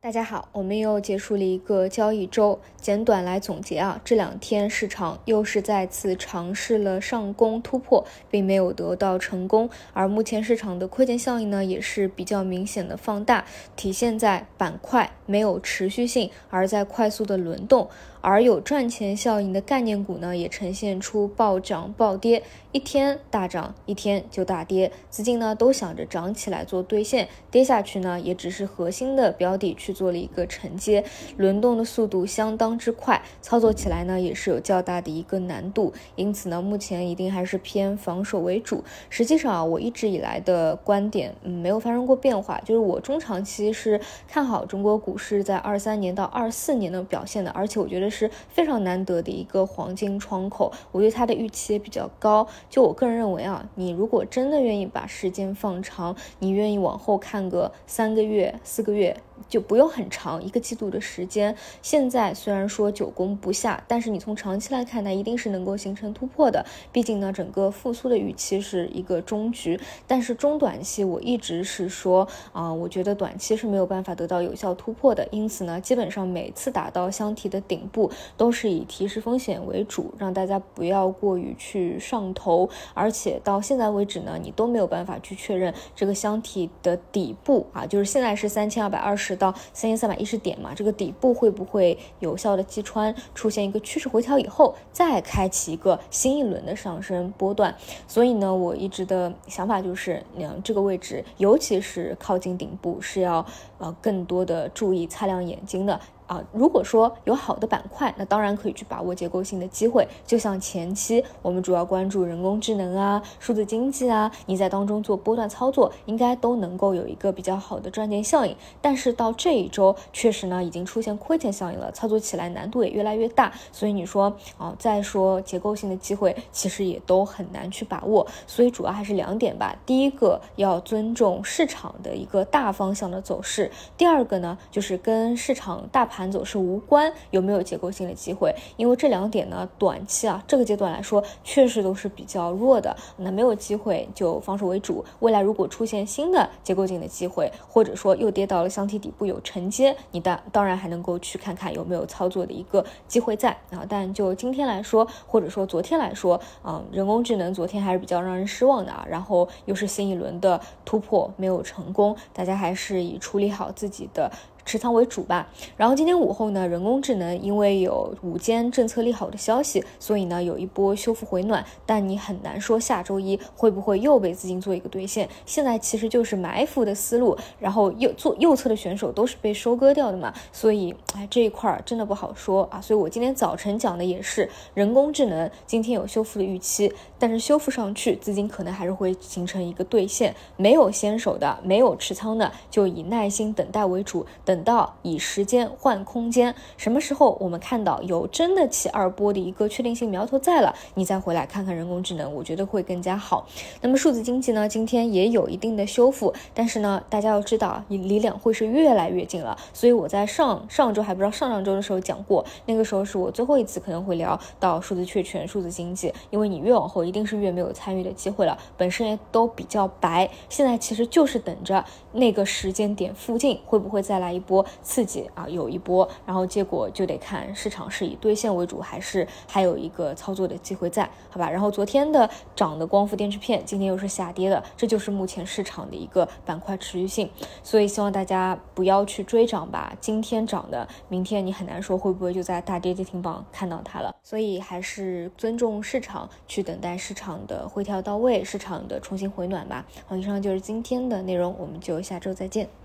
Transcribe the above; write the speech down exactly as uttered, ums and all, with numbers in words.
大家好，我们又结束了一个交易周，简短来总结啊，这两天市场又是再次尝试了上攻突破，并没有得到成功，而目前市场的亏钱效应呢也是比较明显的放大，体现在板块没有持续性，而在快速的轮动，而有赚钱效应的概念股呢也呈现出暴涨暴跌，一天大涨一天就大跌，资金呢都想着涨起来做兑现，跌下去呢也只是核心的标的去做了一个承接，轮动的速度相当之快，操作起来呢也是有较大的一个难度，因此呢目前一定还是偏防守为主。实际上啊，我一直以来的观点嗯没有发生过变化，就是我中长期是看好中国股市在二三年到二四年的表现的，而且我觉得是非常难得的一个黄金窗口，我对它的预期也比较高。就我个人认为啊，你如果真的愿意把时间放长，你愿意往后看个三个月四个月，就不用很长一个季度的时间，现在虽然说久攻不下，但是你从长期来看，它一定是能够形成突破的，毕竟呢整个复苏的预期是一个中局，但是中短期我一直是说啊、呃，我觉得短期是没有办法得到有效突破的，因此呢基本上每次打到箱体的顶部都是以提示风险为主，让大家不要过于去上头，而且到现在为止呢你都没有办法去确认这个箱体的底部啊，就是现在是三千二百二十到三千三百一十点嘛，这个底部会不会有效的击穿，出现一个趋势回调以后再开启一个新一轮的上升波段。所以呢我一直的想法就是嗯，这个位置尤其是靠近顶部是要呃更多的注意擦亮眼睛的啊，如果说有好的板块，那当然可以去把握结构性的机会，就像前期我们主要关注人工智能啊、数字经济啊，你在当中做波段操作应该都能够有一个比较好的赚钱效应，但是到这一周确实呢已经出现亏钱效应了，操作起来难度也越来越大，所以你说啊，再说结构性的机会其实也都很难去把握，所以主要还是两点吧，第一个要尊重市场的一个大方向的走势，第二个呢就是跟市场大盘走势无关，有没有结构性的机会，因为这两点呢短期啊这个阶段来说确实都是比较弱的，那没有机会就防守为主，未来如果出现新的结构性的机会，或者说又跌到了箱体底部有承接，你当当然还能够去看看有没有操作的一个机会在啊。但就今天来说，或者说昨天来说啊，人工智能昨天还是比较让人失望的啊，然后又是新一轮的突破没有成功，大家还是以处理好自己的持仓为主吧。然后今天午后呢，人工智能因为有午间政策利好的消息，所以呢有一波修复回暖，但你很难说下周一会不会又被资金做一个兑现，现在其实就是埋伏的思路，然后右做右侧的选手都是被收割掉的嘛，所以哎这一块真的不好说啊。所以我今天早晨讲的也是人工智能今天有修复的预期，但是修复上去资金可能还是会形成一个兑现，没有先手的没有持仓的就以耐心等待为主，等到以时间换空间，什么时候我们看到有真的起二波的一个确定性苗头在了，你再回来看看人工智能，我觉得会更加好。那么数字经济呢今天也有一定的修复，但是呢大家要知道离两会是越来越近了，所以我在上上周还不知道上上周的时候讲过，那个时候是我最后一次可能会聊到数字确权、数字经济，因为你越往后一定是越没有参与的机会了，本身也都比较白，现在其实就是等着那个时间点附近会不会再来一波刺激啊，有一波，然后结果就得看市场是以兑现为主，还是还有一个操作的机会在，好吧？然后昨天的涨的光伏电池片，今天又是下跌的，这就是目前市场的一个板块持续性，所以希望大家不要去追涨吧，今天涨的，明天你很难说会不会就在大跌跌停榜看到它了，所以还是尊重市场，去等待市场的回调到位，市场的重新回暖吧。好，以上就是今天的内容，我们就下周再见。